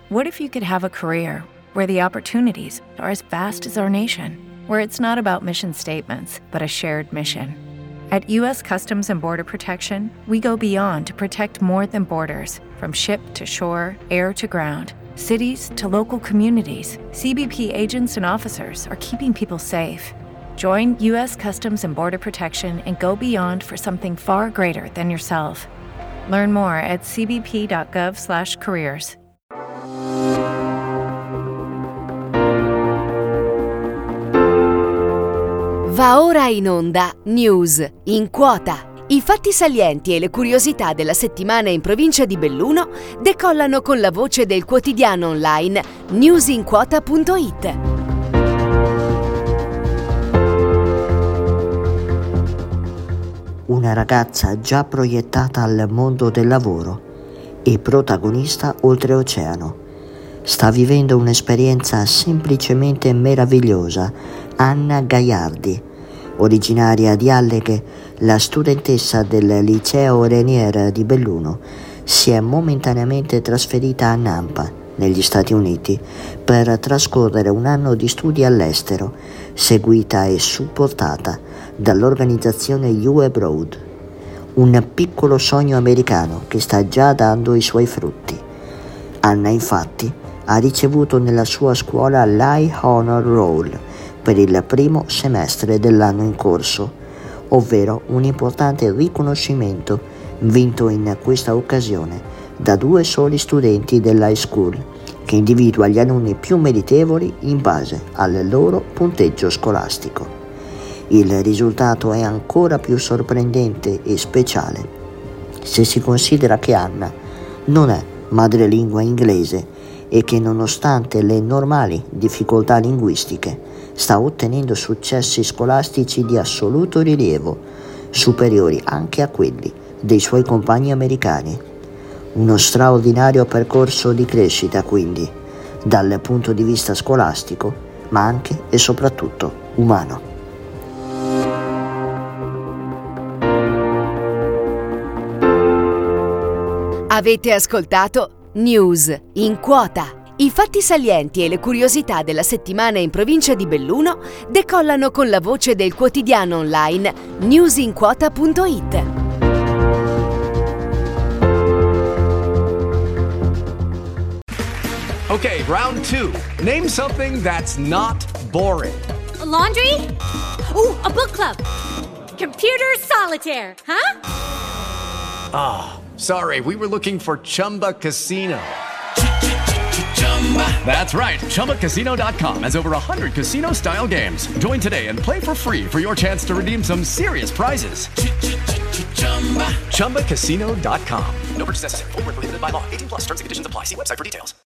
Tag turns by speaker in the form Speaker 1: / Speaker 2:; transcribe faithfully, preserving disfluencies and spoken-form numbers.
Speaker 1: What if you could have a career where the opportunities are as vast as our nation, where it's not about mission statements, but a shared mission? At U S Customs and Border Protection, we go beyond to protect more than borders. From ship to shore, air to ground, cities to local communities, C B P agents and officers are keeping people safe. Join U S Customs and Border Protection and go beyond for something far greater than yourself. Learn more at c b p dot gov slash careers.
Speaker 2: Va ora in onda News in quota. I fatti salienti e le curiosità della settimana in provincia di Belluno decollano con la voce del quotidiano online newsinquota punto it.
Speaker 3: Una ragazza già proiettata al mondo del lavoro e protagonista oltreoceano. Sta vivendo un'esperienza semplicemente meravigliosa. Anna Gaiardi, originaria di Alleghe, la studentessa del liceo Rainier di Belluno, si è momentaneamente trasferita a Nampa, negli Stati Uniti, per trascorrere un anno di studi all'estero, seguita e supportata dall'organizzazione U Abroad, un piccolo sogno americano che sta già dando i suoi frutti. Anna, infatti, ha ricevuto nella sua scuola l'High Honor Roll per il primo semestre dell'anno in corso, ovvero un importante riconoscimento vinto in questa occasione da due soli studenti dell'high school, che individua gli alunni più meritevoli in base al loro punteggio scolastico. Il risultato è ancora più sorprendente e speciale se si considera che Anna non è madrelingua inglese e che, nonostante le normali difficoltà linguistiche, sta ottenendo successi scolastici di assoluto rilievo, superiori anche a quelli dei suoi compagni americani. Uno straordinario percorso di crescita, quindi, dal punto di vista scolastico, ma anche e soprattutto umano.
Speaker 2: Avete ascoltato News in quota. I fatti salienti e le curiosità della settimana in provincia di Belluno decollano con la voce del quotidiano online newsinquota punto it.
Speaker 4: Okay, round two. Name something that's not boring.
Speaker 5: A laundry? Ooh, a book club. Computer solitaire, huh?
Speaker 4: Ah, oh, sorry, we were looking for Chumba Casino. That's right, Chumba Casino dot com has over one hundred casino-style games. Join today and play for free for your chance to redeem some serious prizes. Chumba Casino dot com. No purchase necessary. Void where prohibited by law. eighteen plus terms and conditions apply. See website for details.